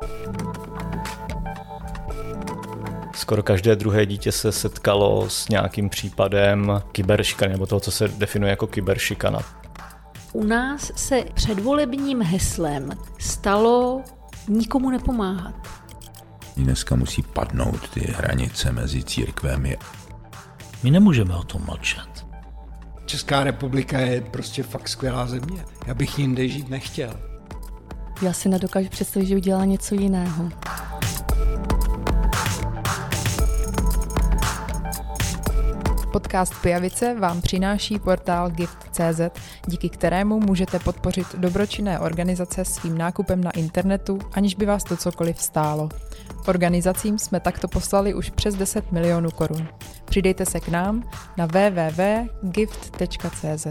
Skoro každé druhé dítě se setkalo s nějakým případem kyberšikany, nebo toho, co se definuje jako kyberšikana. U nás se předvolebním heslem stalo nikomu nepomáhat. Dneska musí padnout ty hranice mezi církvemi. My nemůžeme o tom mlčet. Česká republika je prostě fakt skvělá země. Já bych jinde žít nechtěl. Já si nedokážu představit, že udělá něco jiného. Podcast Pijavice vám přináší portál gift.cz, díky kterému můžete podpořit dobročinné organizace svým nákupem na internetu, aniž by vás to cokoliv stálo. Organizacím jsme takto poslali už přes 10 milionů korun. Přidejte se k nám na www.gift.cz.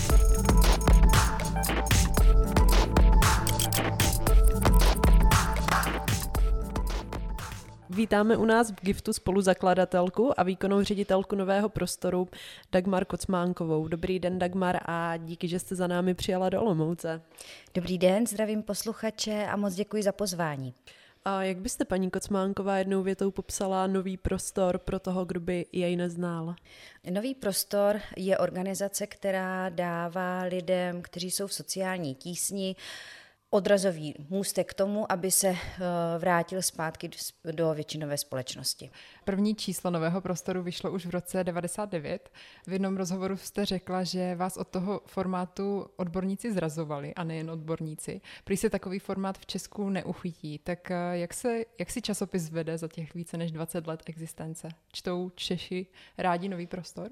Vítáme u nás v Giftu spoluzakladatelku a výkonnou ředitelku Nového prostoru Dagmar Kocmánkovou. Dobrý den, Dagmar, a díky, že jste za námi přijela do Olomouce. Dobrý den, zdravím posluchače a moc děkuji za pozvání. A jak byste, paní Kocmánková, jednou větou popsala Nový prostor pro toho, kdo by jej neznal? Nový prostor je organizace, která dává lidem, kteří jsou v sociální tísni, odrazový můstek k tomu, aby se vrátil zpátky do většinové společnosti. První číslo Nového prostoru vyšlo už v roce 1999. V jednom rozhovoru jste řekla, že vás od toho formátu odborníci zrazovali, a nejen odborníci. Prý se takový formát v Česku neuchytí. Tak jak si časopis vede za těch více než 20 let existence? Čtou Češi rádi Nový prostor?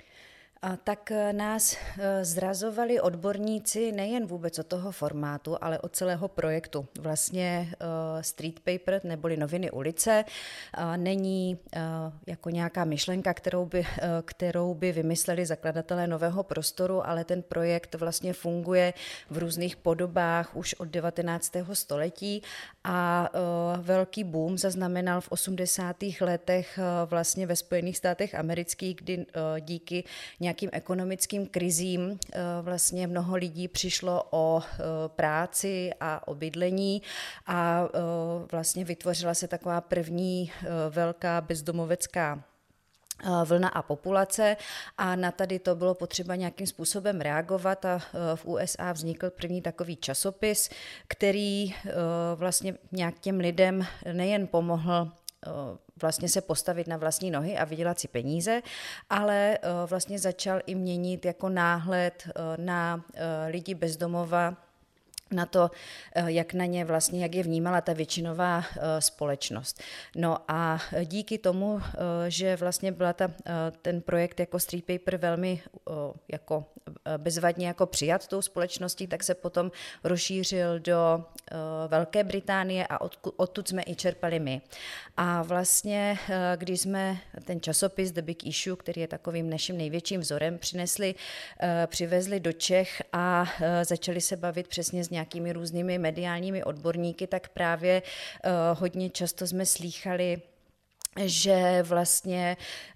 Tak nás zrazovali odborníci nejen vůbec od toho formátu, ale od celého projektu. Vlastně street paper neboli noviny ulice není jako nějaká myšlenka, kterou by vymysleli zakladatelé Nového prostoru, ale ten projekt vlastně funguje v různých podobách už od 19. století a velký boom zaznamenal v 80. letech vlastně ve Spojených státech amerických, kdy díky nějakým ekonomickým krizím vlastně mnoho lidí přišlo o práci a o bydlení a vlastně vytvořila se taková první velká bezdomovecká vlna a populace a na tady to bylo potřeba nějakým způsobem reagovat a v USA vznikl první takový časopis, který vlastně nějak těm lidem nejen pomohl vlastně se postavit na vlastní nohy a vydělat si peníze, ale vlastně začal i měnit jako náhled na lidi bez domova, na to, jak na ně vlastně, jak je vnímala ta většinová společnost. No a díky tomu, že vlastně byla ten projekt jako street paper velmi jako bezvadně jako přijat tou společností, tak se potom rozšířil do Velké Británie a odtud jsme i čerpali my. A vlastně, když jsme ten časopis The Big Issue, který je takovým naším největším vzorem, přivezli do Čech a začali se bavit přesně s nějakými různými mediálními odborníky, tak právě hodně často jsme slýchali, že vlastně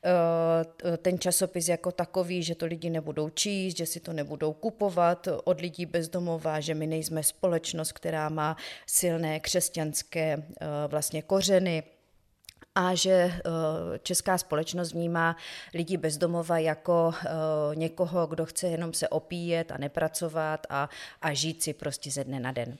ten časopis jako takový, že to lidi nebudou číst, že si to nebudou kupovat od lidí bezdomova, že my nejsme společnost, která má silné křesťanské vlastně kořeny, a že česká společnost vnímá lidi bezdomova jako někoho, kdo chce jenom se opíjet a nepracovat a žít si prostě ze dne na den.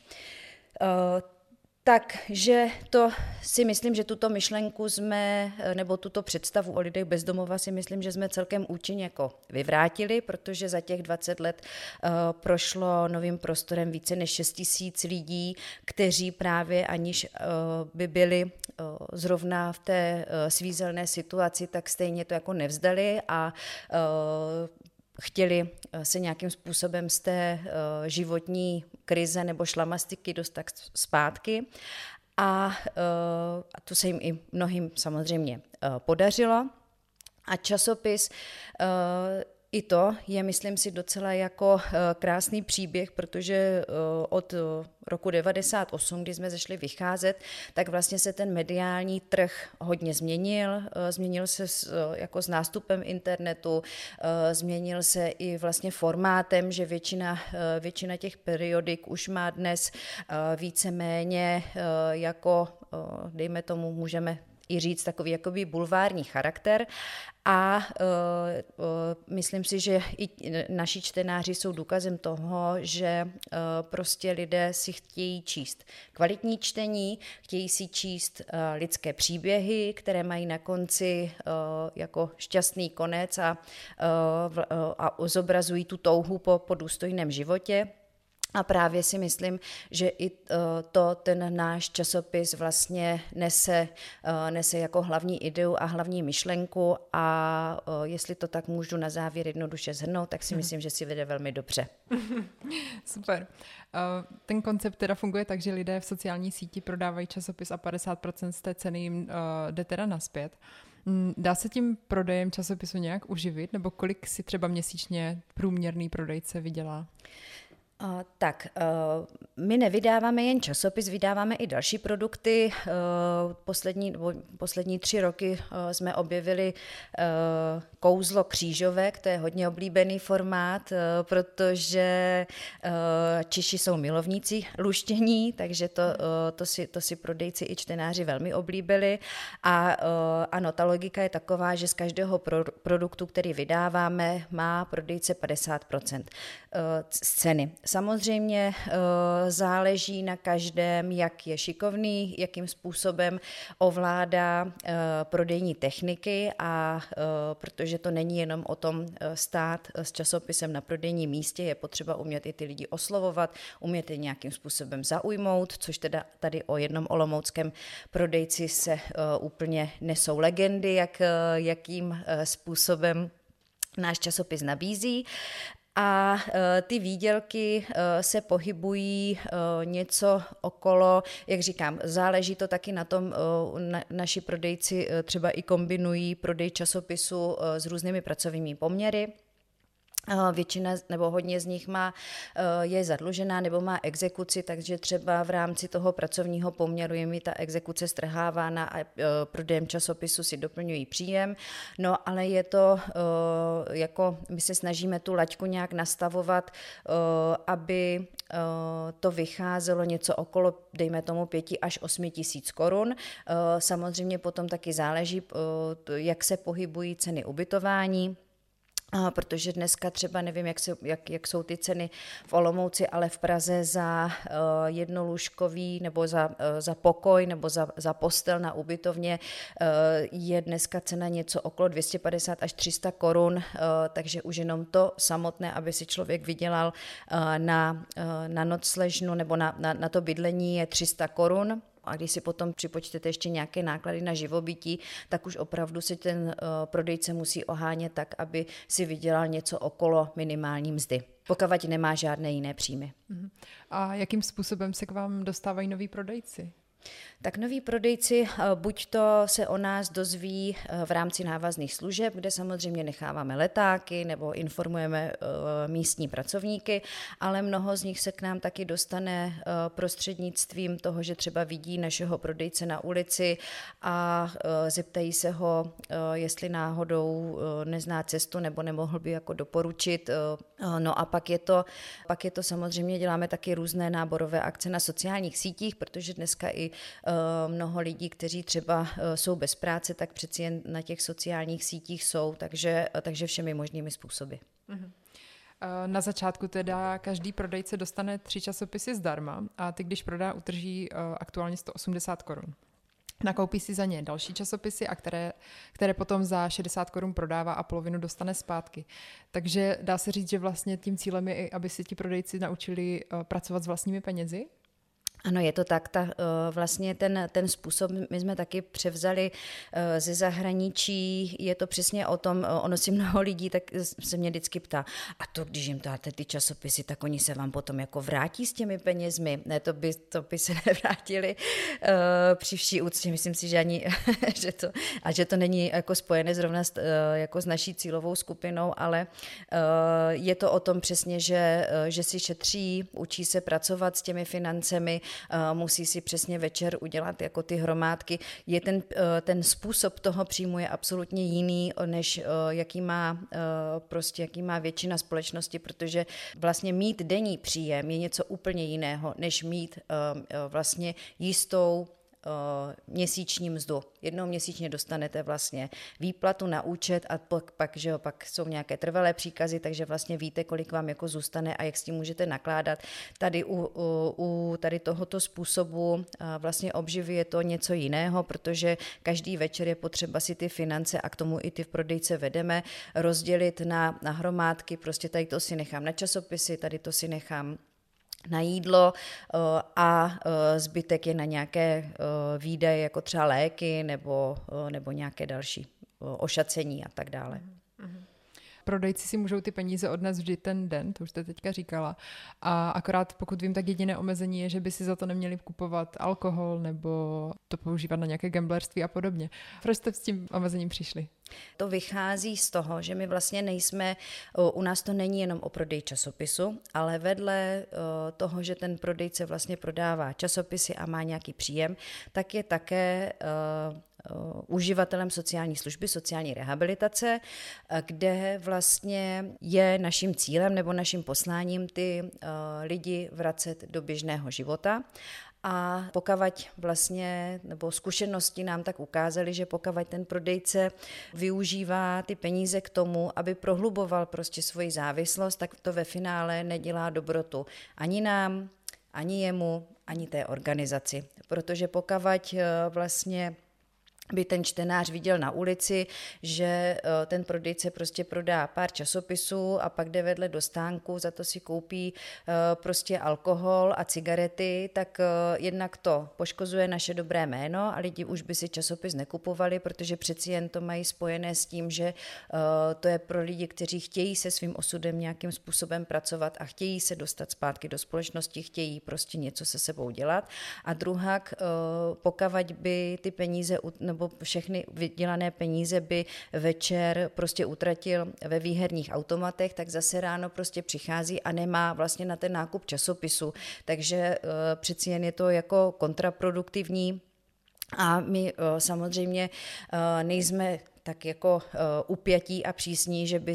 Takže to si myslím, že tuto myšlenku nebo tuto představu o lidech bezdomova si myslím, že jsme celkem účinně jako vyvrátili, protože za těch 20 let prošlo Novým prostorem více než 6 000 lidí, kteří právě aniž by byli zrovna v té svízelné situaci, tak stejně to jako nevzdali a chtěli se nějakým způsobem z té životní krize nebo šlamastiky dostat zpátky a to se jim i mnohým samozřejmě podařilo. A časopis I to je, myslím si, docela jako krásný příběh, protože od roku 98, kdy jsme začali vycházet, tak vlastně se ten mediální trh hodně změnil. Změnil se jako s nástupem internetu, změnil se i vlastně formátem, že většina těch periodik už má dnes víceméně jako, dejme tomu, můžeme i říct, takový jakoby bulvární charakter a myslím si, že i naši čtenáři jsou důkazem toho, že prostě lidé si chtějí číst kvalitní čtení, chtějí si číst lidské příběhy, které mají na konci jako šťastný konec a zobrazují tu touhu po důstojném životě. A právě si myslím, že i ten náš časopis vlastně nese jako hlavní ideu a hlavní myšlenku a jestli to tak můžu na závěr jednoduše shrnout, tak si myslím, že si vede velmi dobře. Super. Ten koncept teda funguje tak, že lidé v sociální síti prodávají časopis a 50% z té ceny jim jde teda naspět. Dá se tím prodejem časopisu nějak uživit, nebo kolik si třeba měsíčně průměrný prodejce vydělá? Tak, my nevydáváme jen časopis, vydáváme i další produkty. Poslední 3 roky jsme objevili kouzlo křížovek, to je hodně oblíbený formát, protože Češi jsou milovníci luštění, takže to si prodejci i čtenáři velmi oblíbili. A ano, ta logika je taková, že z každého produktu, který vydáváme, má prodejce 50% z ceny. Samozřejmě záleží na každém, jak je šikovný, jakým způsobem ovládá prodejní techniky a protože to není jenom o tom stát s časopisem na prodejním místě, je potřeba umět i ty lidi oslovovat, umět je nějakým způsobem zaujmout, což teda tady o jednom olomouckém prodejci se úplně nesou legendy, jakým způsobem náš časopis nabízí. A ty výdělky se pohybují něco okolo, jak říkám, záleží to taky na tom, naši prodejci třeba i kombinují prodej časopisu s různými pracovními poměry. Většina nebo hodně z nich je zadlužená nebo má exekuci, takže třeba v rámci toho pracovního poměru je mi ta exekuce strhávána a prodejem časopisu si doplňují příjem. No ale je to jako my se snažíme tu laťku nějak nastavovat, aby to vycházelo něco okolo, dejme tomu 5 až 8 tisíc korun. Samozřejmě potom taky záleží, jak se pohybují ceny ubytování, protože dneska třeba nevím, jak jsou ty ceny v Olomouci, ale v Praze za jednolůžkový nebo za pokoj nebo za postel na ubytovně je dneska cena něco okolo 250 až 300 korun, takže už jenom to samotné, aby si člověk vydělal na nocležnu nebo na to bydlení je 300 korun. A když si potom připočtete ještě nějaké náklady na živobytí, tak už opravdu si ten prodejce musí ohánět tak, aby si vydělal něco okolo minimální mzdy, pokud nemá žádné jiné příjmy. A jakým způsobem se k vám dostávají noví prodejci? Tak noví prodejci buď to se o nás dozví v rámci návazných služeb, kde samozřejmě necháváme letáky nebo informujeme místní pracovníky, ale mnoho z nich se k nám taky dostane prostřednictvím toho, že třeba vidí našeho prodejce na ulici a zeptají se ho, jestli náhodou nezná cestu nebo nemohl by jako doporučit. No a pak je to samozřejmě, děláme taky různé náborové akce na sociálních sítích, protože dneska i mnoho lidí, kteří třeba jsou bez práce, tak přeci jen na těch sociálních sítích jsou, takže všemi možnými způsoby. Na začátku teda každý prodejce dostane 3 časopisy zdarma a ty, když prodá, utrží aktuálně 180 korun. Nakoupí si za ně další časopisy, a které potom za 60 korun prodává a polovinu dostane zpátky. Takže dá se říct, že vlastně tím cílem je i, aby si ti prodejci naučili pracovat s vlastními penězi? Ano, je to tak. Vlastně ten způsob my jsme taky převzali ze zahraničí. Je to přesně o tom, ono si mnoho lidí tak se mě vždycky ptá, a to, když jim dáte ty časopisy, tak oni se vám potom jako vrátí s těmi penězmi? Ne, to by se nevrátili při vší úctě. Myslím si, že ani, že to není jako spojené zrovna jako s naší cílovou skupinou, ale je to o tom přesně, že si šetří, učí se pracovat s těmi financemi, musí si přesně večer udělat jako ty hromádky. Ten způsob toho příjmu je absolutně jiný, než jaký má většina společnosti, měsíčnosti, protože vlastně mít denní příjem je něco úplně jiného, než mít vlastně jistou měsíční mzdu. Jednou měsíčně dostanete vlastně výplatu na účet a pak jsou nějaké trvalé příkazy, takže vlastně víte, kolik vám jako zůstane a jak s tím můžete nakládat. Tady u tady tohoto způsobu vlastně obživy je to něco jiného, protože každý večer je potřeba si ty finance, a k tomu i ty v prodejce vedeme, rozdělit na hromádky, prostě tady to si nechám na časopisy, tady to si nechám na jídlo a zbytek je na nějaké výdaje, jako třeba léky nebo nějaké další ošacení a tak dále. Prodejci si můžou ty peníze odnést vždy ten den, to už jste teďka říkala. A akorát pokud vím, tak jediné omezení je, že by si za to neměli kupovat alkohol nebo to používat na nějaké gamblerství a podobně. Proč jste s tím omezením přišli? To vychází z toho, že my vlastně nejsme, u nás to není jenom o prodeji časopisu, ale vedle toho, že ten prodejce vlastně prodává časopisy a má nějaký příjem, tak je také uživatelem sociální služby, sociální rehabilitace, kde vlastně je naším cílem nebo naším posláním ty lidi vracet do běžného života. A pokavať vlastně, nebo zkušenosti nám tak ukázaly, že pokavať ten prodejce využívá ty peníze k tomu, aby prohluboval prostě svoji závislost, tak to ve finále nedělá dobrotu ani nám, ani jemu, ani té organizaci. Protože pokavať vlastně by ten čtenář viděl na ulici, že ten prodejce prostě prodá pár časopisů a pak jde vedle do stánku, za to si koupí prostě alkohol a cigarety, tak jednak to poškozuje naše dobré jméno a lidi už by si časopis nekupovali, protože přeci jen to mají spojené s tím, že to je pro lidi, kteří chtějí se svým osudem nějakým způsobem pracovat a chtějí se dostat zpátky do společnosti, chtějí prostě něco se sebou dělat. A druhak, pokavať by ty peníze nebo všechny vydělané peníze by večer prostě utratil ve výherních automatech, tak zase ráno prostě přichází a nemá vlastně na ten nákup časopisu. Takže přeci jen je to jako kontraproduktivní a my samozřejmě nejsme tak jako upjatí a přísní, že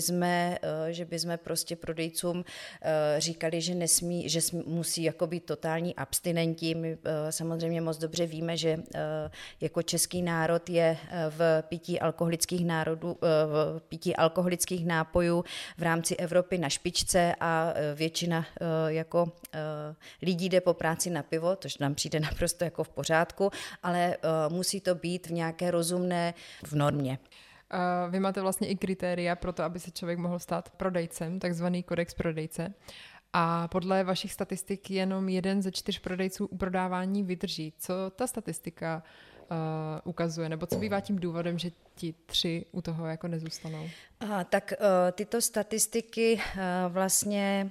by jsme prostě prodejcům říkali, že nesmí, že musí jako být totální abstinenti. My samozřejmě moc dobře víme, že jako český národ je v pití alkoholických nápojů v rámci Evropy na špičce a většina jako lidí jde po práci na pivo, což nám přijde naprosto jako v pořádku, ale musí to být v nějaké rozumné v normě. Vy máte vlastně i kritéria pro to, aby se člověk mohl stát prodejcem, takzvaný kodex prodejce. A podle vašich statistik jenom 1 ze 4 prodejců u prodávání vydrží. Co ta statistika ukazuje? Nebo co bývá tím důvodem, že ti 3 u toho jako nezůstanou? Tak tyto statistiky vlastně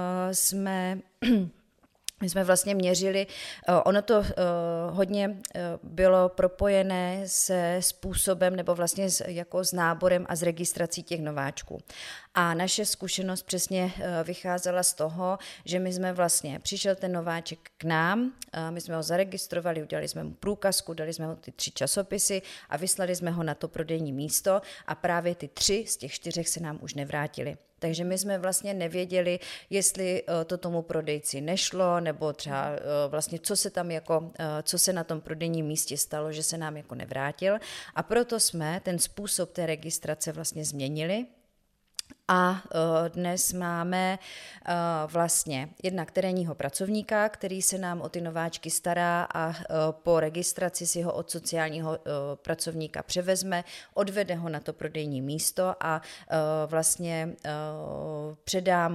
my jsme vlastně měřili, ono to hodně bylo propojené se způsobem nebo vlastně jako s náborem a s registrací těch nováčků. A naše zkušenost přesně vycházela z toho, že my jsme vlastně, přišel ten nováček k nám, my jsme ho zaregistrovali, udělali jsme mu průkazku, dali jsme mu ty 3 časopisy a vyslali jsme ho na to prodejní místo a právě ty 3 z těch 4 se nám už nevrátili. Takže my jsme vlastně nevěděli, jestli to tomu prodejci nešlo, nebo třeba vlastně co se na tom prodejním místě stalo, že se nám jako nevrátil. A proto jsme ten způsob té registrace vlastně změnili. A dnes máme vlastně jednak terénního pracovníka, který se nám o ty nováčky stará a po registraci si ho od sociálního pracovníka převezme, odvede ho na to prodejní místo a vlastně předá mu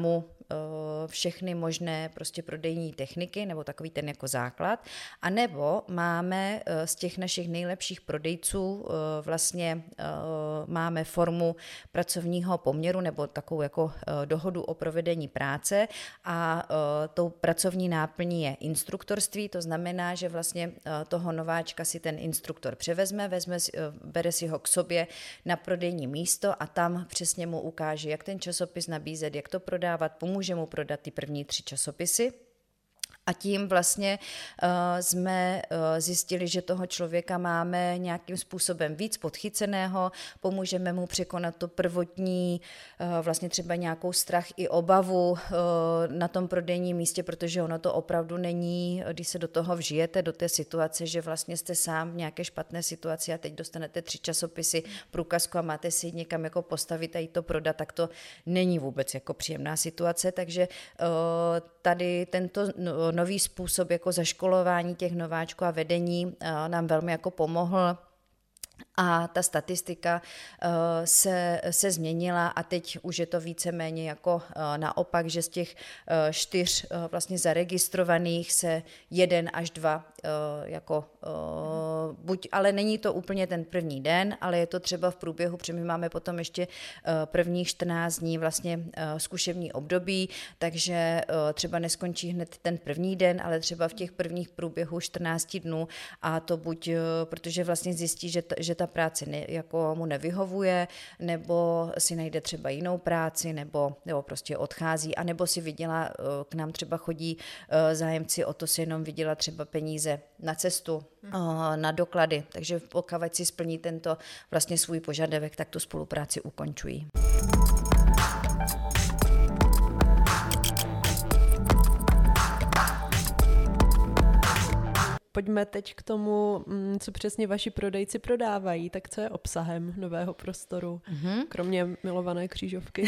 všechny možné prostě prodejní techniky, nebo takový ten jako základ, a nebo máme z těch našich nejlepších prodejců vlastně máme formu pracovního poměru nebo takovou jako dohodu o provedení práce a tou pracovní náplní je instruktorství, to znamená, že vlastně toho nováčka si ten instruktor převezme, bere si ho k sobě na prodejní místo a tam přesně mu ukáže, jak ten časopis nabízet, jak to prodávat, pomůže mu prodat ty první 3 časopisy. A tím vlastně jsme zjistili, že toho člověka máme nějakým způsobem víc podchyceného, pomůžeme mu překonat to prvotní, vlastně třeba nějakou strach i obavu na tom prodejním místě, protože ono to opravdu není, když se do toho vžijete, do té situace, že vlastně jste sám v nějaké špatné situaci a teď dostanete 3 časopisy, průkazku a máte si někam jako postavit a jít to prodat, tak to není vůbec jako příjemná situace, takže tady tento nový způsob jako zaškolování těch nováčků a vedení nám velmi jako pomohl. A ta statistika se změnila a teď už je to víceméně jako naopak, že z těch 4 vlastně zaregistrovaných se 1 až 2 jako buď, ale není to úplně ten první den, ale je to třeba v průběhu, protože my máme potom ještě prvních 14 dní vlastně zkušební období, takže třeba neskončí hned ten první den, ale třeba v těch prvních průběhu 14 dnů a to buď, protože vlastně zjistí, že ta práce jako mu nevyhovuje, nebo si najde třeba jinou práci, nebo prostě odchází, anebo si vydělá, k nám třeba chodí zájemci o to si jenom vydělat třeba peníze na cestu, na doklady, takže pokud si splní tento vlastně svůj požadavek, tak tu spolupráci ukončují. Pojďme teď k tomu, co přesně vaši prodejci prodávají. Tak co je obsahem Nového prostoru, kromě milované křížovky?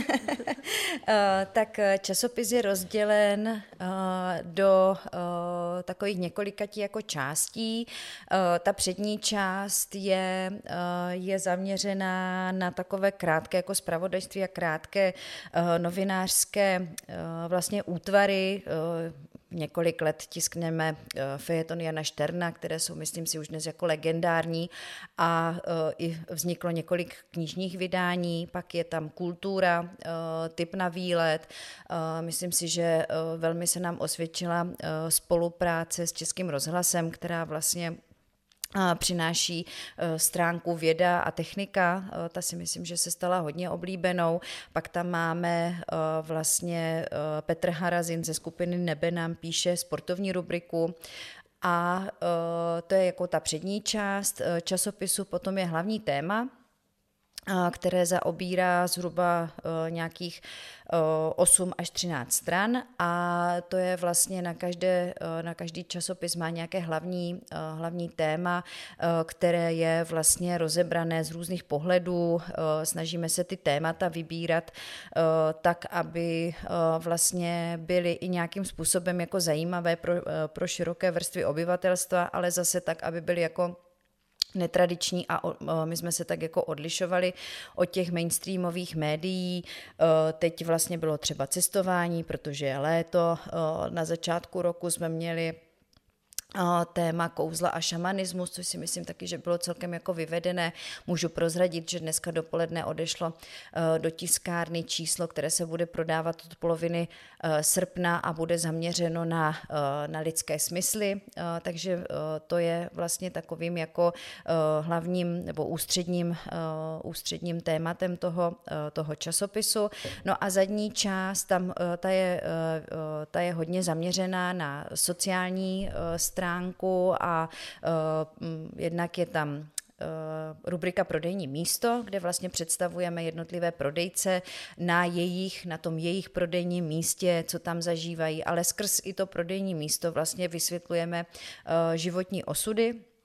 Tak časopis je rozdělen do takových několikatí jako částí. Ta přední část je zaměřená na takové krátké jako zpravodajství a krátké novinářské vlastně útvary. Několik let tiskneme fejetony Jana Šterna, které jsou, myslím si, už dnes jako legendární a i vzniklo několik knižních vydání, pak je tam kultura, tip na výlet. Myslím si, že velmi se nám osvědčila spolupráce s Českým rozhlasem, která vlastně přináší stránku věda a technika, ta si myslím, že se stala hodně oblíbenou. Pak tam máme vlastně Petr Harazin ze skupiny Nebe nám píše sportovní rubriku a to je jako ta přední část časopisu, potom je hlavní téma, které zaobírá zhruba nějakých 8 až 13 stran a to je vlastně na každý časopis má nějaké hlavní téma, které je vlastně rozebrané z různých pohledů. Snažíme se ty témata vybírat tak, aby vlastně byly i nějakým způsobem jako zajímavé pro široké vrstvy obyvatelstva, ale zase tak, aby byly jako netradiční a my jsme se tak jako odlišovali od těch mainstreamových médií. Teď vlastně bylo třeba cestování, protože je léto. Na začátku roku jsme měli téma kouzla a šamanismus, což si myslím taky, že bylo celkem jako vyvedené. Můžu prozradit, že dneska dopoledne odešlo do tiskárny číslo, které se bude prodávat od poloviny srpna a bude zaměřeno na lidské smysly, takže to je vlastně takovým jako hlavním nebo ústředním tématem toho časopisu. No a zadní část, tam ta je hodně zaměřená na sociální stránku a jednak je tam rubrika Prodejní místo, kde vlastně představujeme jednotlivé prodejce na tom jejich prodejním místě, co tam zažívají, ale skrz i to prodejní místo vlastně vysvětlujeme životní osudy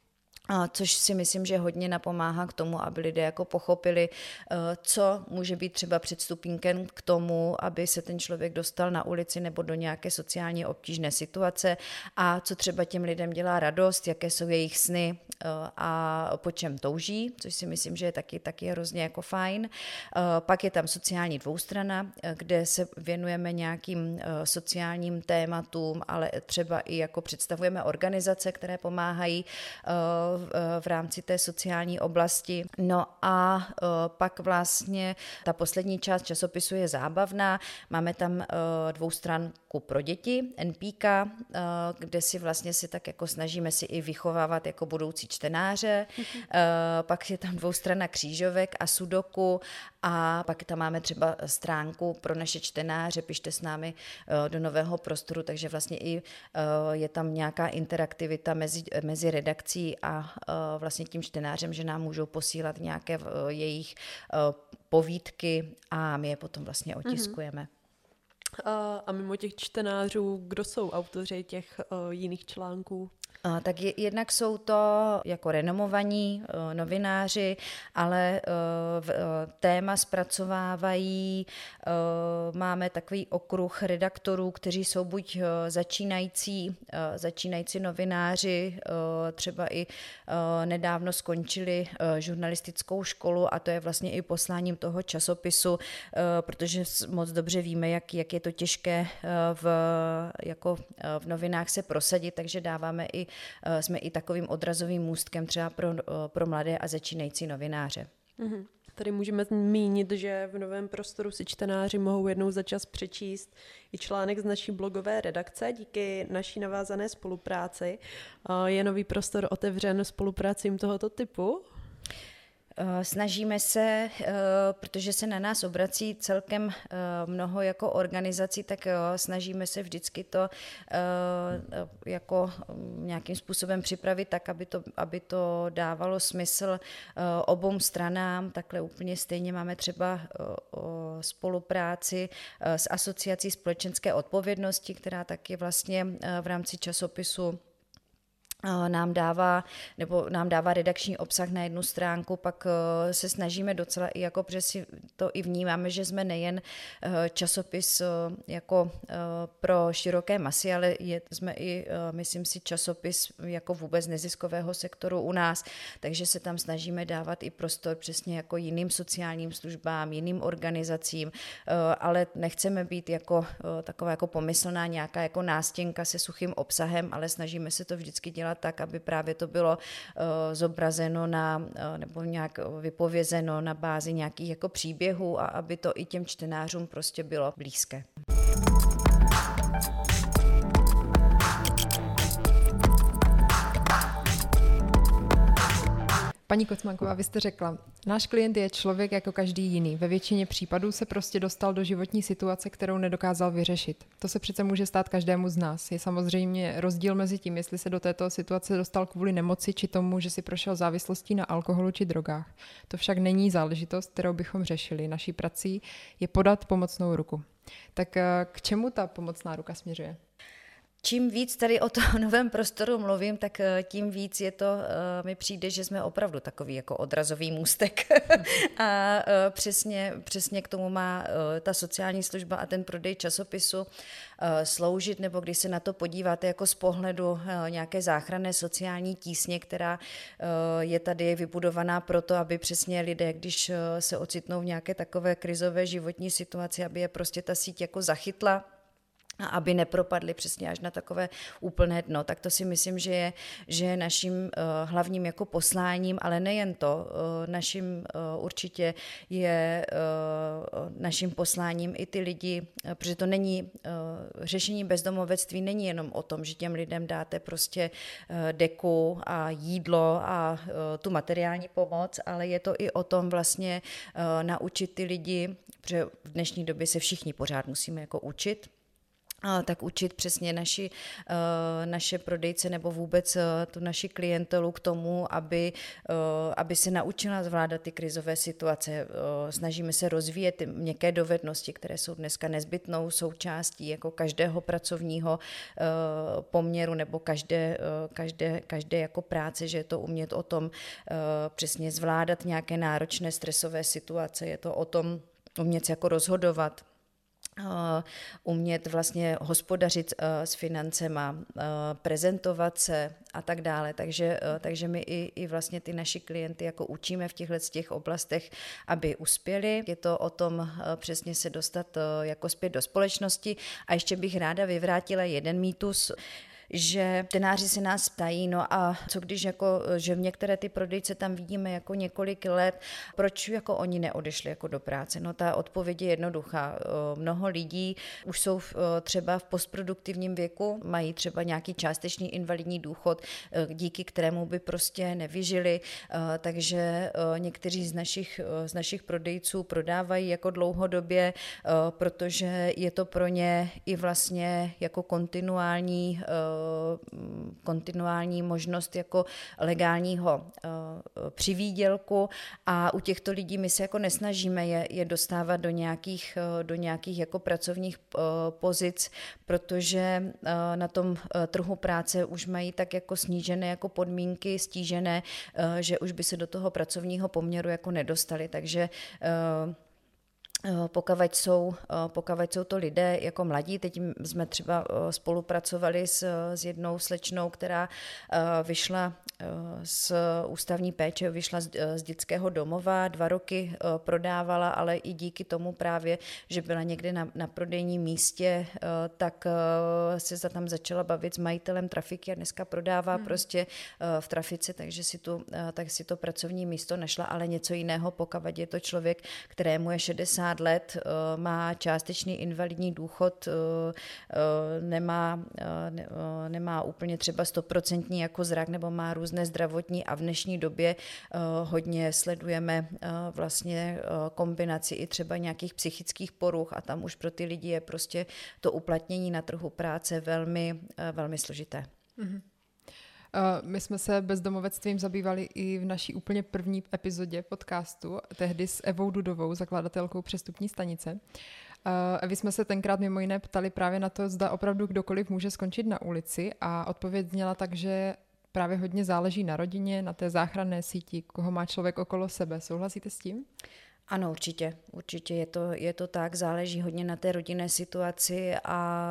Což si myslím, že hodně napomáhá k tomu, aby lidé jako pochopili, co může být třeba předstupínkem k tomu, aby se ten člověk dostal na ulici nebo do nějaké sociálně obtížné situace a co třeba těm lidem dělá radost, jaké jsou jejich sny a po čem touží, což si myslím, že je taky hrozně jako fajn. Pak je tam sociální dvoustrana, kde se věnujeme nějakým sociálním tématům, ale třeba i jako představujeme organizace, které pomáhají v rámci té sociální oblasti. No a pak vlastně ta poslední část časopisu je zábavná. Máme tam dvoustranku pro děti, NPK, kde si vlastně si tak jako snažíme si i vychovávat jako budoucí čtenáře. Pak je tam dvoustrana křížovek a sudoku a pak tam máme třeba stránku pro naše čtenáře, pište s námi do Nového prostoru, takže vlastně i je tam nějaká interaktivita mezi redakcí a vlastně tím čtenářem, že nám můžou posílat nějaké jejich povídky a my je potom vlastně otiskujeme. A mimo těch čtenářů, kdo jsou autoři těch jiných článků? Tak jednak jsou to jako renomovaní novináři, ale téma zpracovávají, máme takový okruh redaktorů, kteří jsou buď začínající novináři, třeba i nedávno skončili žurnalistickou školu a to je vlastně i posláním toho časopisu, protože moc dobře víme, jak je to těžké v novinách se prosadit, takže jsme i takovým odrazovým můstkem třeba pro mladé a začínající novináře. Tady můžeme zmínit, že v Novém prostoru si čtenáři mohou jednou za čas přečíst i článek z naší blogové redakce. Díky naší navázané spolupráci je Nový prostor otevřen spolupracím tohoto typu. Snažíme se, protože se na nás obrací celkem mnoho jako organizací, tak snažíme se vždycky to jako nějakým způsobem připravit tak, aby to dávalo smysl obou stranám. Takhle úplně stejně máme třeba spolupráci s Asociací společenské odpovědnosti, která taky vlastně v rámci časopisu nám dává redakční obsah na jednu stránku, pak se snažíme docela i jako, protože si to i vnímáme, že jsme nejen časopis jako pro široké masy, ale jsme i, myslím si, časopis jako vůbec neziskového sektoru u nás, takže se tam snažíme dávat i prostor přesně jako jiným sociálním službám, jiným organizacím, ale nechceme být jako taková jako pomyslná nějaká jako nástěnka se suchým obsahem, ale snažíme se to vždycky dělat tak, aby právě to bylo zobrazeno nebo nějak vypovězeno na bázi nějakých jako příběhů a aby to i těm čtenářům prostě bylo blízké. Paní Kocmánková, vy jste řekla, náš klient je člověk jako každý jiný. Ve většině případů se prostě dostal do životní situace, kterou nedokázal vyřešit. To se přece může stát každému z nás. Je samozřejmě rozdíl mezi tím, jestli se do této situace dostal kvůli nemoci, či tomu, že si prošel závislostí na alkoholu či drogách. To však není záležitost, kterou bychom řešili. Naší prací je podat pomocnou ruku. Tak k čemu ta pomocná ruka směřuje? Čím víc tady o tom Novém prostoru mluvím, tak tím víc mi přijde, že jsme opravdu takový jako odrazový můstek. A přesně k tomu má ta sociální služba a ten prodej časopisu sloužit, nebo když se na to podíváte jako z pohledu nějaké záchranné sociální tísně, která je tady vybudovaná proto, aby přesně lidé, když se ocitnou v nějaké takové krizové životní situaci, aby je prostě ta síť jako zachytla, a aby nepropadli přesně až na takové úplné dno, tak to si myslím, že je naším hlavním jako posláním, ale nejen to, určitě je naším posláním i ty lidi, protože to není, řešení bezdomovectví není jenom o tom, že těm lidem dáte prostě deku a jídlo a tu materiální pomoc, ale je to i o tom vlastně naučit ty lidi, protože v dnešní době se všichni pořád musíme jako učit, tak učit přesně naše prodejce nebo vůbec tu naši klientelu k tomu, aby se naučila zvládat ty krizové situace. Snažíme se rozvíjet ty měkké dovednosti, které jsou dneska nezbytnou součástí jako každého pracovního poměru nebo každé jako práce, že je to umět o tom přesně zvládat nějaké náročné stresové situace, je to o tom umět se jako rozhodovat, umět vlastně hospodařit s financema, prezentovat se a tak dále. Takže my i vlastně ty naši klienty jako učíme v těch oblastech, aby uspěli. Je to o tom přesně se dostat jako zpět do společnosti. A ještě bych ráda vyvrátila jeden mýtus, že čtenáři se nás ptají, no a co když jako, že některé ty prodejce tam vidíme jako několik let, proč jako oni neodešli jako do práce? No ta odpověď je jednoduchá. Mnoho lidí už jsou třeba v postproduktivním věku, mají třeba nějaký částečný invalidní důchod, díky kterému by prostě nevyžili, takže někteří z našich prodejců prodávají jako dlouhodobě, protože je to pro ně i vlastně jako kontinuální možnost jako legálního přivýdělku a u těchto lidí my se jako nesnažíme je dostávat do nějakých jako pracovních pozic, protože na tom trhu práce už mají tak jako snížené jako podmínky, stížené, že už by se do toho pracovního poměru jako nedostali, takže pokud jsou to lidé jako mladí, teď jsme třeba spolupracovali s jednou slečnou, která vyšla z ústavní péče, vyšla z dětského domova, 2 roky prodávala, ale i díky tomu právě, že byla někde na prodejním místě, tak se tam začala bavit s majitelem trafiky a dneska prodává prostě v trafice, takže si to pracovní místo našla, ale něco jiného, pokud je to člověk, kterému je 60 let, má částečný invalidní důchod, nemá úplně třeba 100% jako zrak nebo má různé zdravotní a v dnešní době hodně sledujeme vlastně kombinaci i třeba nějakých psychických poruch a tam už pro ty lidi je prostě to uplatnění na trhu práce velmi, velmi složité. Mm-hmm. My jsme se bezdomovectvím zabývali i v naší úplně první epizodě podcastu, tehdy s Evou Dudovou, zakladatelkou Přestupní stanice. Evy jsme se tenkrát mimo jiné ptali právě na to, zda opravdu kdokoliv může skončit na ulici a odpověď zněla tak, že právě hodně záleží na rodině, na té záchranné síti, koho má člověk okolo sebe. Souhlasíte s tím? Ano, určitě je to tak, záleží hodně na té rodinné situaci a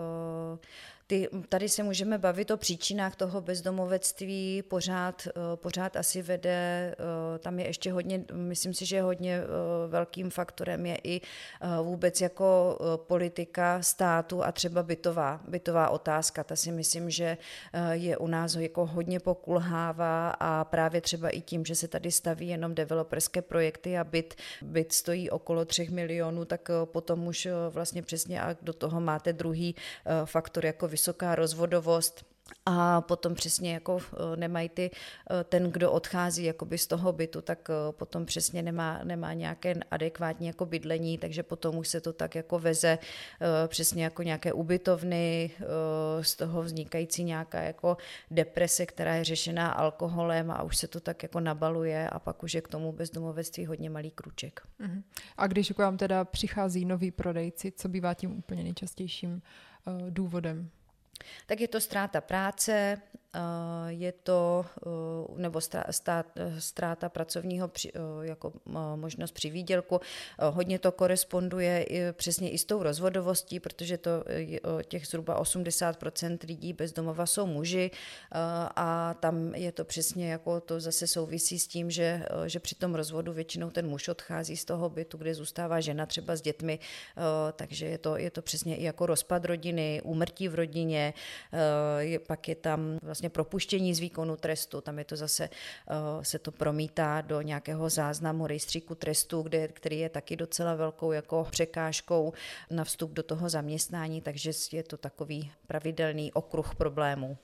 tady se můžeme bavit o příčinách toho bezdomovectví, pořád asi vede, tam je ještě hodně, myslím si, že hodně velkým faktorem je i vůbec jako politika státu a třeba bytová otázka, ta si myslím, že je u nás jako hodně pokulhává a právě třeba i tím, že se tady staví jenom developerské projekty a byt stojí okolo 3 milionů, tak potom už vlastně přesně a do toho máte druhý faktor jako vysoká rozvodovost a potom přesně jako nemají ten, kdo odchází jakoby z toho bytu, tak potom přesně nemá nějaké adekvátní jako bydlení, takže potom už se to tak jako veze přesně jako nějaké ubytovny, z toho vznikající nějaká jako deprese, která je řešená alkoholem a už se to tak jako nabaluje a pak už je k tomu bezdomovectví hodně malý krůček. A když k vám teda přichází noví prodejci, co bývá tím úplně nejčastějším důvodem? Tak je to ztráta práce, je to nebo ztráta pracovního jako možnost přivýdělku. Hodně to koresponduje přesně i s tou rozvodovostí, protože to těch zhruba 80% lidí bez domova jsou muži a tam je to přesně jako to zase souvisí s tím, že při tom rozvodu většinou ten muž odchází z toho bytu, kde zůstává žena třeba s dětmi, takže je to přesně i jako rozpad rodiny, úmrtí v rodině, pak je tam vlastně propuštění z výkonu trestu, tam je to zase, se to promítá do nějakého záznamu rejstříku trestu, který je taky docela velkou jako překážkou na vstup do toho zaměstnání, takže je to takový pravidelný okruh problémů.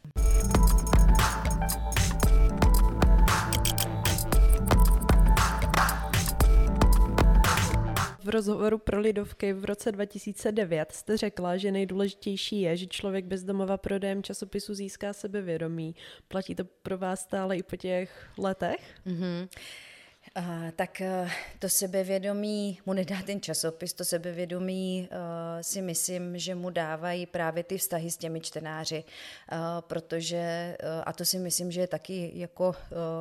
V rozhovoru pro Lidovky v roce 2009 jste řekla, že nejdůležitější je, že člověk bez domova prodejem časopisu získá sebevědomí. Platí to pro vás stále i po těch letech? Mm-hmm. Tak to sebevědomí mu nedá ten časopis, to sebevědomí si myslím, že mu dávají právě ty vztahy s těmi čtenáři, protože, a to si myslím, že je taky jako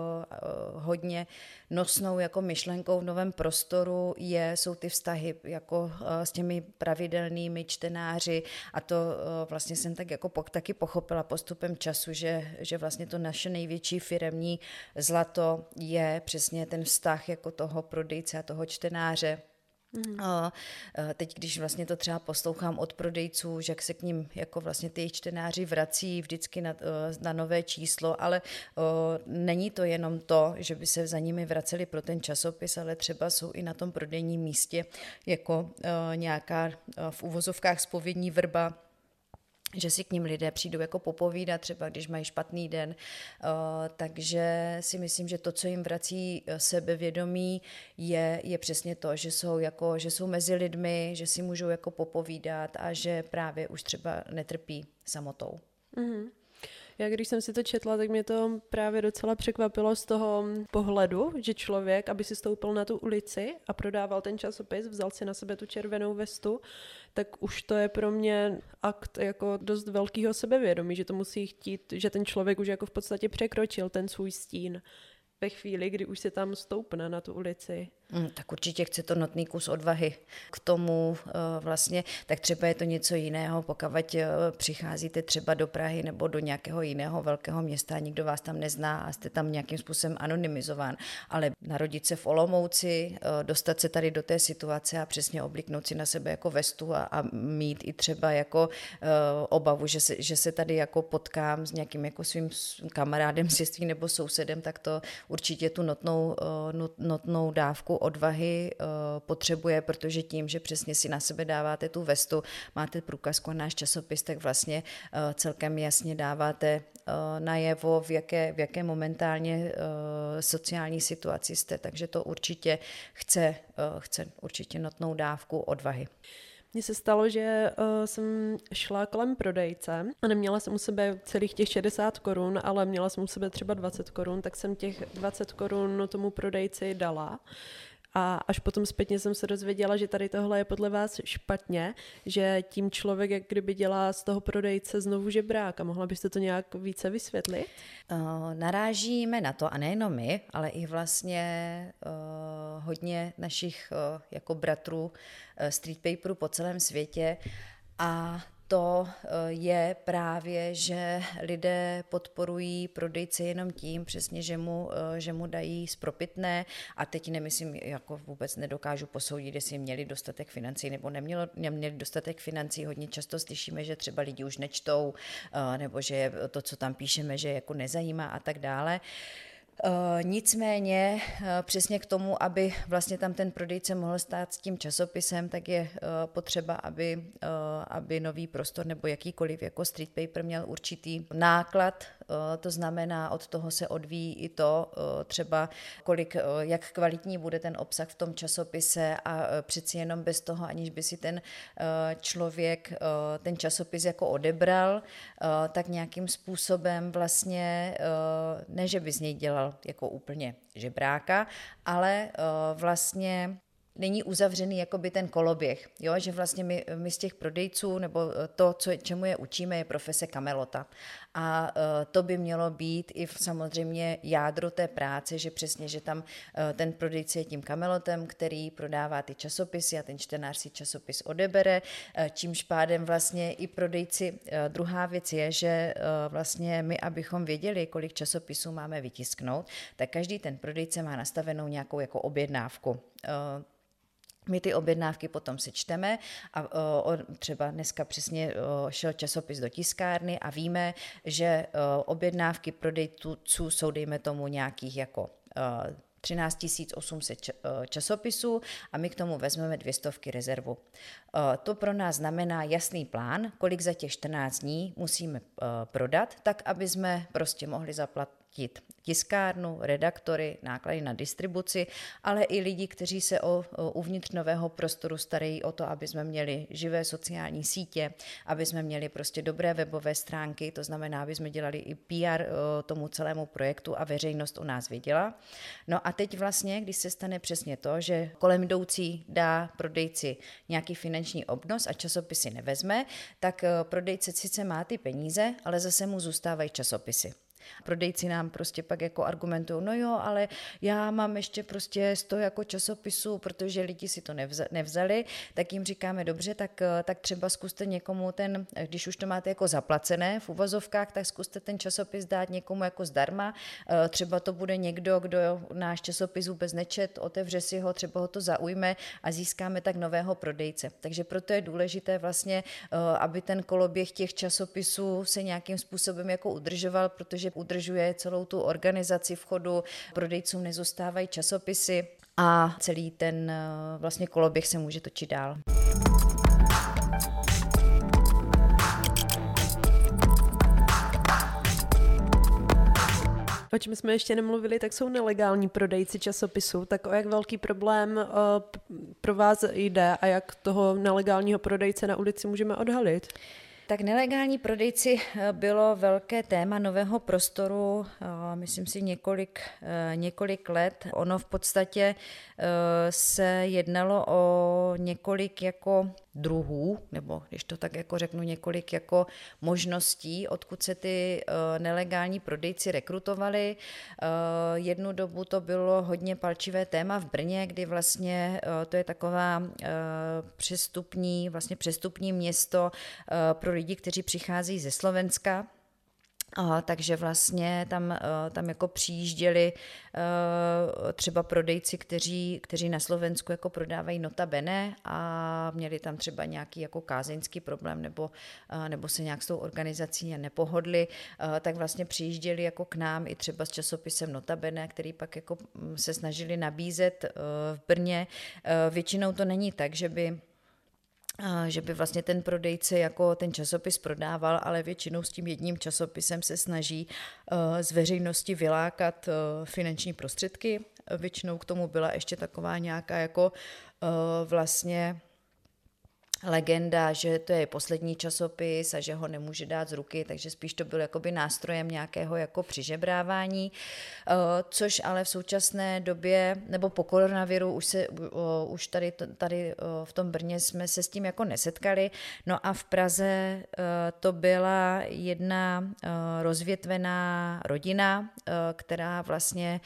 hodně nosnou jako myšlenkou v Novém prostoru, jsou ty vztahy jako s těmi pravidelnými čtenáři, a to vlastně jsem tak jako taky pochopila postupem času, že vlastně to naše největší firemní zlato je přesně ten vztah jako toho prodejce a toho čtenáře. Teď, když vlastně to třeba poslouchám od prodejců, že se k ním jako vlastně ty čtenáři vrací vždycky na nové číslo, ale není to jenom to, že by se za nimi vraceli pro ten časopis, ale třeba jsou i na tom prodejním místě jako nějaká v uvozovkách zpovědní vrba, že si k ním lidé přijdou jako popovídat, třeba když mají špatný den. Takže si myslím, že to, co jim vrací sebevědomí, je přesně to, že jsou mezi lidmi, že si můžou jako popovídat a že právě už třeba netrpí samotou. Mm-hmm. Já když jsem si to četla, tak mě to právě docela překvapilo z toho pohledu, že člověk, aby si stoupil na tu ulici a prodával ten časopis, vzal si na sebe tu červenou vestu, tak už to je pro mě akt jako dost velkého sebevědomí, že to musí chtít, že ten člověk už jako v podstatě překročil ten svůj stín ve chvíli, kdy už se tam stoupne na tu ulici. Tak určitě chce to notný kus odvahy k tomu vlastně, tak třeba je to něco jiného, pokud přicházíte třeba do Prahy nebo do nějakého jiného velkého města a nikdo vás tam nezná a jste tam nějakým způsobem anonymizován, ale narodit se v Olomouci, dostat se tady do té situace a přesně obliknout si na sebe jako vestu a mít i třeba jako obavu, že se tady jako potkám s nějakým jako svým kamarádem, sestrým nebo sousedem, tak to určitě tu notnou dávku odvahy potřebuje, protože tím, že přesně si na sebe dáváte tu vestu, máte průkazku na náš časopis, tak vlastně celkem jasně dáváte najevo, v jaké momentálně sociální situaci jste, takže to určitě chce určitě notnou dávku odvahy. Mně se stalo, že jsem šla kolem prodejce a neměla jsem u sebe celých těch 60 korun, ale měla jsem u sebe třeba 20 korun, tak jsem těch 20 korun tomu prodejci dala. A až potom zpětně jsem se dozvěděla, že tady tohle je podle vás špatně, že tím člověk jak kdyby dělá z toho prodejce znovu žebrák. A mohla byste to nějak více vysvětlit? Narážíme na to, a nejenom my, ale i vlastně hodně našich jako bratrů street paperů po celém světě, a to je právě, že lidé podporují prodejce jenom tím, přesně, že mu dají spropitné, a teď nemyslím, jako vůbec nedokážu posoudit, jestli měli dostatek financí nebo neměli dostatek financí. Hodně často slyšíme, že třeba lidi už nečtou, nebo že to, co tam píšeme, že jako nezajímá a tak dále. Nicméně přesně k tomu, aby vlastně tam ten prodejce mohl stát s tím časopisem, tak je potřeba, aby Nový prostor nebo jakýkoliv jako street paper měl určitý náklad. To znamená, od toho se odvíjí i to třeba, jak kvalitní bude ten obsah v tom časopise, a přeci jenom bez toho, aniž by si ten člověk ten časopis jako odebral, tak nějakým způsobem vlastně, ne, že by z něj dělal jako úplně žebráka, ale vlastně není uzavřený jakoby ten koloběh, jo? Že vlastně my z těch prodejců, nebo to, čemu je učíme, je profese kamelota. A to by mělo být i samozřejmě jádro té práce, že přesně, že tam ten prodejce je tím kamelotem, který prodává ty časopisy a ten čtenář si časopis odebere, čímž pádem vlastně i prodejci. Druhá věc je, že vlastně my, abychom věděli, kolik časopisů máme vytisknout, tak každý ten prodejce má nastavenou nějakou jako objednávku. My ty objednávky potom sečteme a třeba dneska přesně šel časopis do tiskárny a víme, že objednávky prodejců jsou, dejme tomu, nějakých jako 13 800 časopisů a my k tomu vezmeme 200 rezervu. To pro nás znamená jasný plán, kolik za těch 14 dní musíme prodat, tak aby jsme prostě mohli platit tiskárnu, redaktory, náklady na distribuci, ale i lidi, kteří se uvnitř nového prostoru starají o to, aby jsme měli živé sociální sítě, aby jsme měli prostě dobré webové stránky, to znamená, aby jsme dělali i PR tomu celému projektu a veřejnost u nás viděla. No a teď vlastně, když se stane přesně to, že kolem jdoucí dá prodejci nějaký finanční obnos a časopisy nevezme, tak prodejce sice má ty peníze, ale zase mu zůstávají časopisy. Prodejci nám prostě pak jako argumentují, no jo, ale já mám ještě prostě 100 jako časopisů, protože lidi si to nevzali, tak jim říkáme, dobře, tak třeba zkuste někomu když už to máte jako zaplacené v uvozovkách, tak zkuste ten časopis dát někomu jako zdarma, třeba to bude někdo, kdo náš časopis vůbec nečet, otevře si ho, třeba ho to zaujme a získáme tak nového prodejce. Takže proto je důležité vlastně, aby ten koloběh těch časopisů se nějakým způsobem jako udržoval, protože udržuje celou tu organizaci v chodu, prodejcům nezůstávají časopisy a celý ten vlastně koloběh se může točit dál. O čem jsme ještě nemluvili, tak jsou nelegální prodejci časopisů. Tak o jak velký problém pro vás jde a jak toho nelegálního prodejce na ulici můžeme odhalit? Tak nelegální prodejci bylo velké téma nového prostoru, myslím si několik let. Ono v podstatě se jednalo o několik jako druhů, nebo když to tak jako řeknu, několik jako možností, odkud se ty nelegální prodejci rekrutovali. Jednu dobu to bylo hodně palčivé téma v Brně, kdy vlastně to je taková přestupní město pro lidi, kteří přichází ze Slovenska. Takže vlastně tam jako přijížděli třeba prodejci, kteří na Slovensku jako prodávají nota bene a měli tam třeba nějaký jako kázeňský problém nebo se nějak s tou organizací nepohodli, tak vlastně přijížděli jako k nám i třeba s časopisem nota bene, který pak jako se snažili nabízet v Brně. Většinou to není tak, že by vlastně ten prodejce jako ten časopis prodával, ale většinou s tím jedním časopisem se snaží z veřejnosti vylákat finanční prostředky. Většinou k tomu byla ještě taková nějaká jako vlastně legenda, že to je poslední časopis a že ho nemůže dát z ruky, takže spíš to byl jakoby nástrojem nějakého jako přižebrávání, což ale v současné době, nebo po koronaviru už tady v tom Brně jsme se s tím jako nesetkali. No a v Praze to byla jedna rozvětvená rodina, která vlastně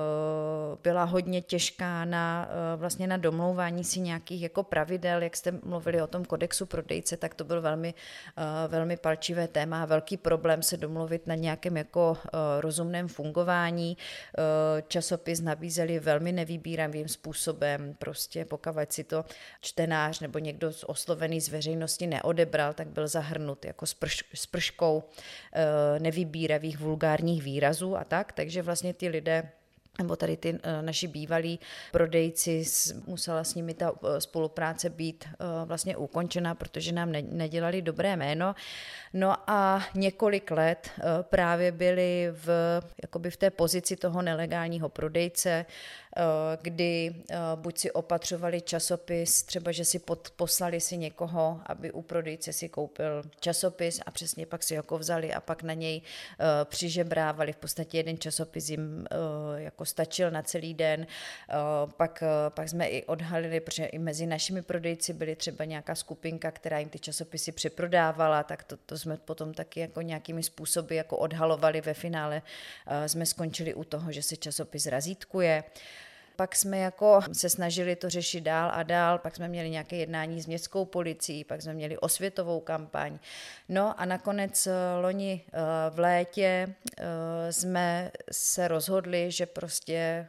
byla hodně těžká vlastně na domlouvání si nějakých jako pravidel, jak jste mluvili o tom kodexu prodejce, tak to byl velmi palčivé téma, velký problém se domluvit na nějakém jako rozumném fungování. Časopis nabízeli velmi nevybíravým způsobem, prostě pokud si to čtenář nebo někdo oslovený z veřejnosti neodebral, tak byl zahrnut jako s prškou nevybíravých vulgárních výrazů a tak, takže vlastně ty lidé nebo tady ty naši bývalí prodejci, musela s nimi ta spolupráce být vlastně ukončena, protože nám nedělali dobré jméno. No a několik let právě byli v té pozici toho nelegálního prodejce, kdy buď si opatřovali časopis, třeba že si poslali si někoho, aby u prodejce si koupil časopis a přesně pak si ho vzali a pak na něj přižebrávali. V podstatě jeden časopis jim jako stačil na celý den. Pak jsme i odhalili, protože i mezi našimi prodejci byly třeba nějaká skupinka, která jim ty časopisy přeprodávala, tak to jsme potom taky jako nějakými způsoby jako odhalovali. Ve finále jsme skončili u toho, že se časopis razítkuje. Pak jsme jako se snažili to řešit dál a dál, pak jsme měli nějaké jednání s městskou policií, pak jsme měli osvětovou kampaň. No a nakonec loni v létě jsme se rozhodli, že prostě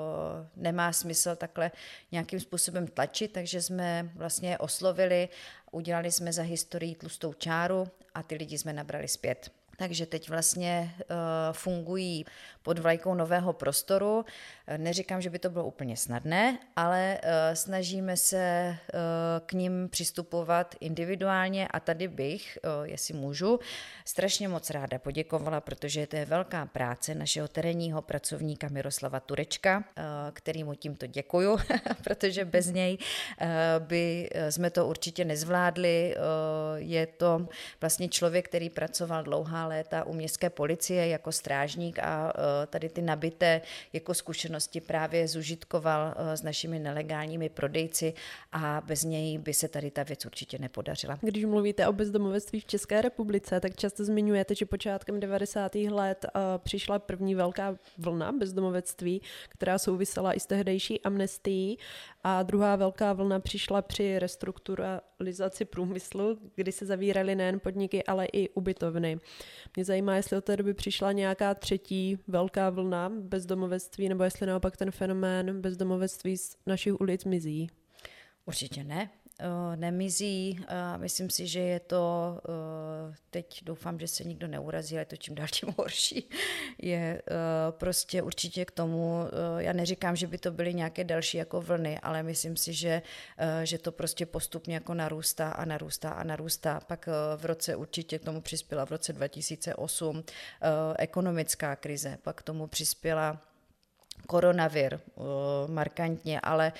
nemá smysl takhle nějakým způsobem tlačit, takže jsme vlastně oslovili, udělali jsme za historii tlustou čáru a ty lidi jsme nabrali zpět. Takže teď vlastně fungují pod vlajkou Nového prostoru. Neříkám, že by to bylo úplně snadné, ale snažíme se k nim přistupovat individuálně a tady bych, jestli můžu, strašně moc ráda poděkovala, protože to je velká práce našeho terénního pracovníka Miroslava Turečka, kterýmu tímto děkuju, protože bez něj by jsme to určitě nezvládli. Je to vlastně člověk, který pracoval dlouhá léta u městské policie jako strážník a tady ty nabité jako zkušenosti právě zužitkoval s našimi nelegálními prodejci a bez něj by se tady ta věc určitě nepodařila. Když mluvíte o bezdomovectví v České republice, tak často zmiňujete, že počátkem 90. let přišla první velká vlna bezdomovectví, která souvisela i s tehdejší amnestií, a druhá velká vlna přišla při restrukturalizaci průmyslu, kdy se zavíraly nejen podniky, ale i ubytovny. Mě zajímá, jestli od té doby přišla nějaká třetí velká vlna bezdomovectví, nebo jestli naopak ten fenomén bezdomovectví z našich ulic mizí. Určitě ne. Nemizí. Myslím si, že je to, teď doufám, že se nikdo neurazí, ale je to čím dál tím horší. Je prostě určitě k tomu, já neříkám, že by to byly nějaké další jako vlny, ale myslím si, že to prostě postupně jako narůstá a narůstá a narůstá. Pak v roce určitě k tomu přispěla v roce 2008 ekonomická krize, pak k tomu přispěla koronavir markantně, ale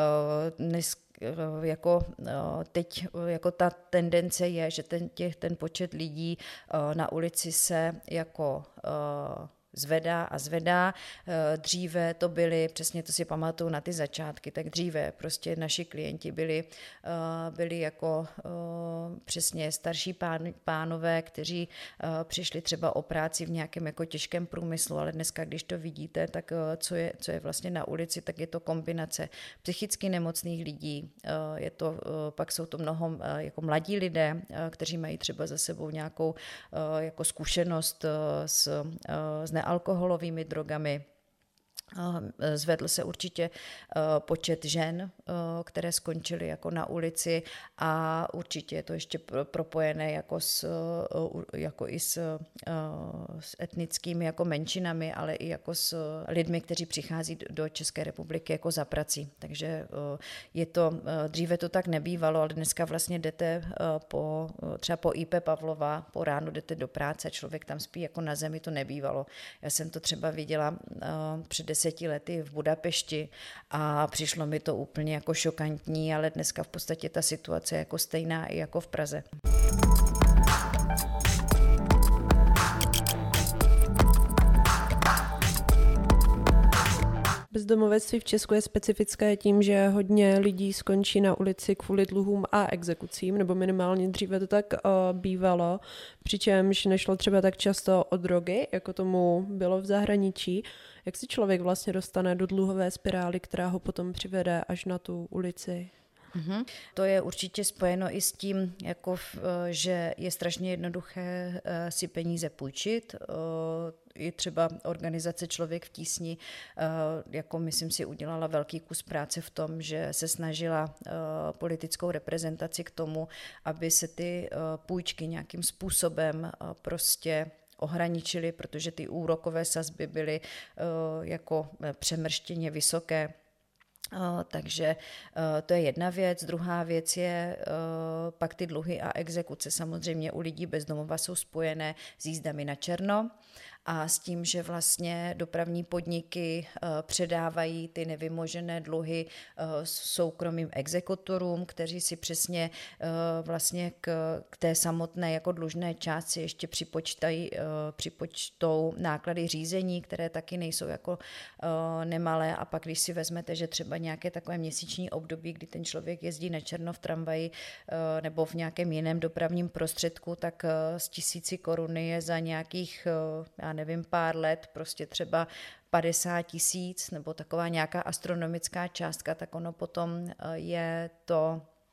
teď jako ta tendence je, že ten počet lidí na ulici se jako zvedá a zvedá. Dříve to byly, přesně to si pamatuju na ty začátky, tak dříve prostě naši klienti byli jako přesně starší pánové, kteří přišli třeba o práci v nějakém jako těžkém průmyslu, ale dneska, když to vidíte, tak co je vlastně na ulici, tak je to kombinace psychicky nemocných lidí, pak jsou to mnoho jako mladí lidé, kteří mají třeba za sebou nějakou jako zkušenost s nealkoholovými drogami. Zvedl se určitě počet žen, které skončily jako na ulici a určitě je to ještě propojené jako i s etnickými jako menšinami, ale i jako s lidmi, kteří přichází do České republiky jako za prací. Takže je to, dříve to tak nebývalo, ale dneska vlastně jdete třeba po IP Pavlova, po ránu jdete do práce, člověk tam spí jako na zemi, to nebývalo. Já jsem to třeba viděla před 10 lety v Budapešti a přišlo mi to úplně jako šokantní, ale dneska v podstatě ta situace je jako stejná i jako v Praze. Bezdomovectví v Česku je specifické tím, že hodně lidí skončí na ulici kvůli dluhům a exekucím, nebo minimálně dříve to tak bývalo, přičemž nešlo třeba tak často o drogy, jako tomu bylo v zahraničí. Jak se člověk vlastně dostane do dluhové spirály, která ho potom přivede až na tu ulici? To je určitě spojeno i s tím, že je strašně jednoduché si peníze půjčit. I třeba organizace Člověk v tísni, jako myslím si, udělala velký kus práce v tom, že se snažila politickou reprezentaci k tomu, aby se ty půjčky nějakým způsobem prostě ohraničily, protože ty úrokové sazby byly jako přemrštěně vysoké. Takže to je jedna věc. Druhá věc je pak ty dluhy a exekuce. Samozřejmě u lidí bez domova jsou spojené s jízdami na černo a s tím, že vlastně dopravní podniky předávají ty nevymožené dluhy soukromým exekutorům, kteří si přesně vlastně k té samotné jako dlužné částce ještě připočtou náklady řízení, které taky nejsou jako nemalé, a pak když si vezmete, že třeba nějaké takové měsíční období, kdy ten člověk jezdí na černo v tramvaji nebo v nějakém jiném dopravním prostředku, tak z 1000 korun je za nějakých, já nevím, pár let prostě třeba 50 000 nebo taková nějaká astronomická částka, tak ono potom je to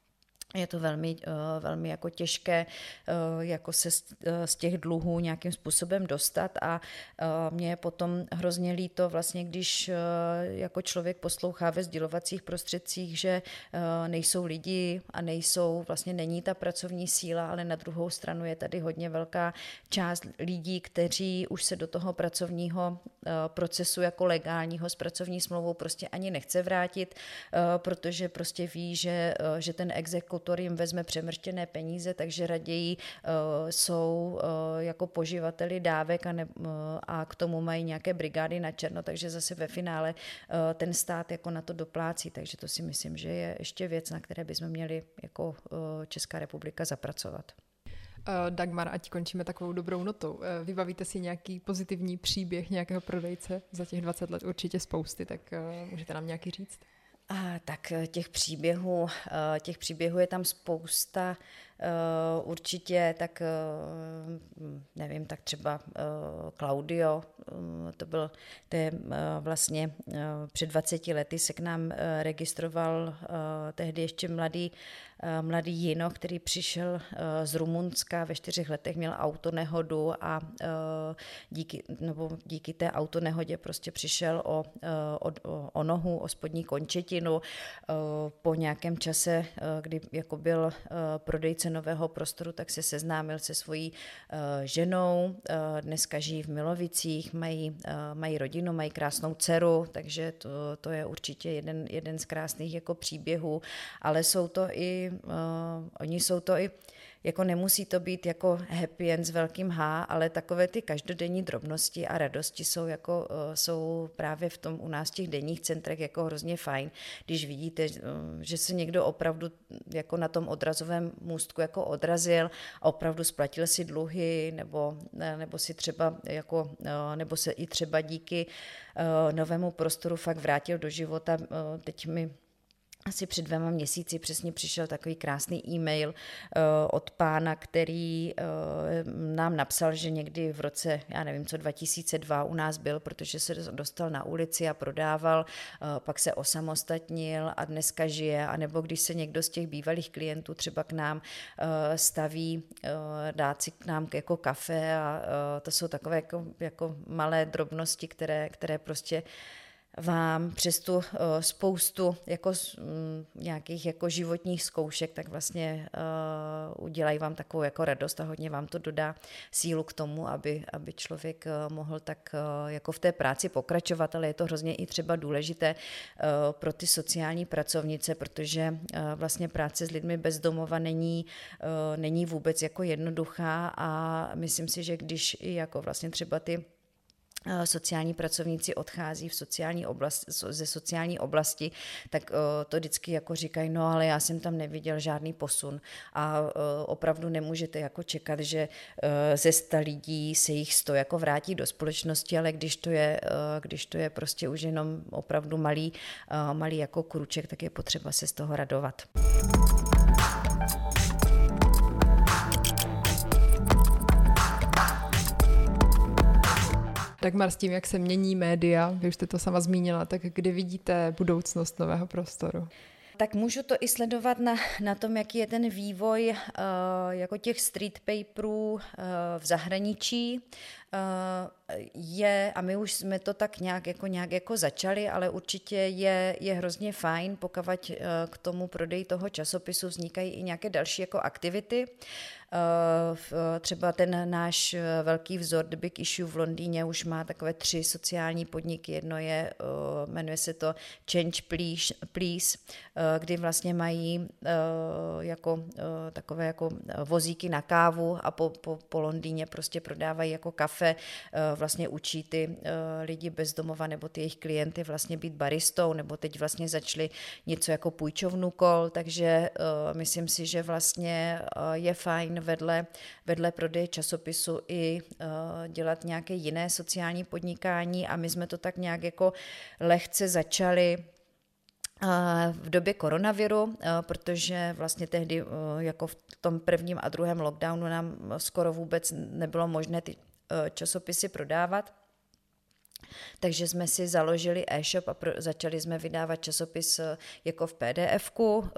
Je to velmi, velmi jako těžké jako se z těch dluhů nějakým způsobem dostat a mě je potom hrozně líto vlastně, když jako člověk poslouchá ve sdělovacích prostředcích, že nejsou lidi a vlastně není ta pracovní síla, ale na druhou stranu je tady hodně velká část lidí, kteří už se do toho pracovního procesu jako legálního s pracovní smlouvou prostě ani nechce vrátit, protože prostě ví, že ten exekutor jim vezme přemrštěné peníze, takže raději jsou jako poživateli dávek a k tomu mají nějaké brigády na černo, takže zase ve finále ten stát jako na to doplácí, takže to si myslím, že je ještě věc, na které bychom měli jako Česká republika zapracovat. Dagmar, ať končíme takovou dobrou notou. Vybavíte si nějaký pozitivní příběh nějakého prodejce za těch 20 let? Určitě spousty, tak můžete nám nějaký říct? Tak těch příběhů je tam spousta, určitě, tak nevím, tak třeba Claudio, to je vlastně před 20 lety se k nám registroval tehdy ještě mladý Jino, který přišel z Rumunska, ve 4 letech měl autonehodu a díky té autonehodě prostě přišel o nohu, o spodní končetinu. Po nějakém čase, kdy jako byl prodejce Nového prostoru, tak se seznámil se svojí ženou. Dneska žijí v Milovicích, mají rodinu, mají krásnou dceru, takže to je určitě jeden z krásných jako příběhů, ale oni jsou to i jako nemusí to být jako happy end s velkým H, ale takové ty každodenní drobnosti a radosti jsou právě v tom u nás těch denních centrech jako hrozně fajn, když vidíte, že se někdo opravdu jako na tom odrazovém můstku jako odrazil a opravdu splatil si dluhy nebo si třeba jako, nebo se i třeba díky Novému prostoru fakt vrátil do života. Teď mi asi před 2 měsíci přesně přišel takový krásný e-mail od pána, který nám napsal, že někdy v roce, 2002 u nás byl, protože se dostal na ulici a prodával, pak se osamostatnil a dneska žije, anebo když se někdo z těch bývalých klientů třeba k nám staví, dát si k nám jako kafe a to jsou takové jako malé drobnosti, které prostě vám přes tu spoustu jako nějakých jako životních zkoušek, tak vlastně udělají vám takovou jako radost a hodně vám to dodá sílu k tomu, aby člověk mohl tak jako v té práci pokračovat, ale je to hrozně i třeba důležité pro ty sociální pracovnice, protože vlastně práce s lidmi bez domova není vůbec jako jednoduchá a myslím si, že když i jako vlastně třeba ty sociální pracovníci odchází ze sociální oblasti, tak to vždycky jako říkají, no ale já jsem tam neviděl žádný posun a opravdu nemůžete jako čekat, že ze 100 lidí se jich 100 jako vrátí do společnosti, ale když to je prostě už jenom opravdu malý jako krůček, tak je potřeba se z toho radovat. Dagmar, s tím, jak se mění média, vy už jste to sama zmínila, tak kdy vidíte budoucnost Nového prostoru? Tak můžu to i sledovat na tom, jaký je ten vývoj jako těch street paperů v zahraničí. A my už jsme to tak nějak jako začali, ale určitě je hrozně fajn, pokud k tomu prodeji toho časopisu vznikají i nějaké další jako aktivity. Třeba ten náš velký vzor The Big Issue v Londýně už má takové 3 sociální podniky. Jedno jmenuje se to Change Please, kdy vlastně mají takové jako vozíky na kávu a po Londýně prostě prodávají jako kafe, vlastně učí ty lidi bez domova nebo ty jejich klienty vlastně být baristou, nebo teď vlastně začali něco jako půjčovnu kol, takže myslím si, že vlastně je fajn vedle prodeje časopisu i dělat nějaké jiné sociální podnikání a my jsme to tak nějak jako lehce začali v době koronaviru, protože vlastně tehdy jako v tom prvním a druhém lockdownu nám skoro vůbec nebylo možné ty časopisy prodávat. Takže jsme si založili e-shop a začali jsme vydávat časopis jako v PDF-ku,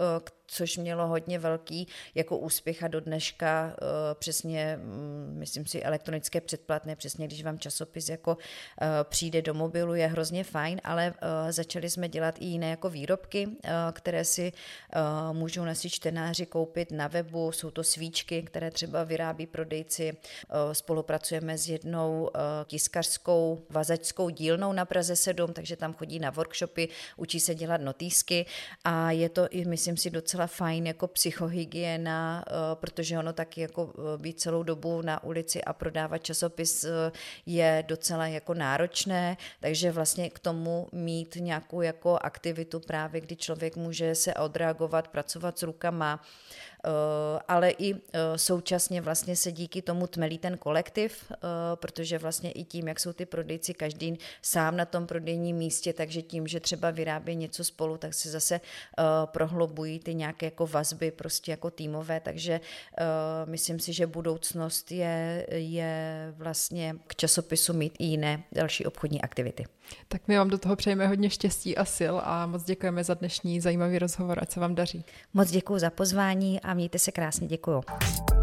což mělo hodně velký jako úspěch a do dneška přesně, myslím si, elektronické předplatné, přesně když vám časopis jako přijde do mobilu, je hrozně fajn, ale začali jsme dělat i jiné jako výrobky, které si můžou naši čtenáři koupit na webu. Jsou to svíčky, které třeba vyrábí prodejci. Spolupracujeme s jednou tiskařskou vazačskou dílnou na Praze 7, takže tam chodí na workshopy, učí se dělat notýsky a je to i, myslím si, docela fajn jako psychohygiena, protože ono taky jako být celou dobu na ulici a prodávat časopis je docela jako náročné, takže vlastně k tomu mít nějakou jako aktivitu právě, kdy člověk může se odreagovat, pracovat s rukama, ale i současně vlastně se díky tomu tmelí ten kolektiv, protože vlastně i tím, jak jsou ty prodejci každý sám na tom prodejním místě, takže tím, že třeba vyrábí něco spolu, tak se zase prohlubují ty nějaké jako vazby prostě jako týmové, takže myslím si, že budoucnost je vlastně k časopisu mít i jiné další obchodní aktivity. Tak my vám do toho přejeme hodně štěstí a sil a moc děkujeme za dnešní zajímavý rozhovor, ať se vám daří. Moc děkuji za pozvání a mějte se krásně, děkuju.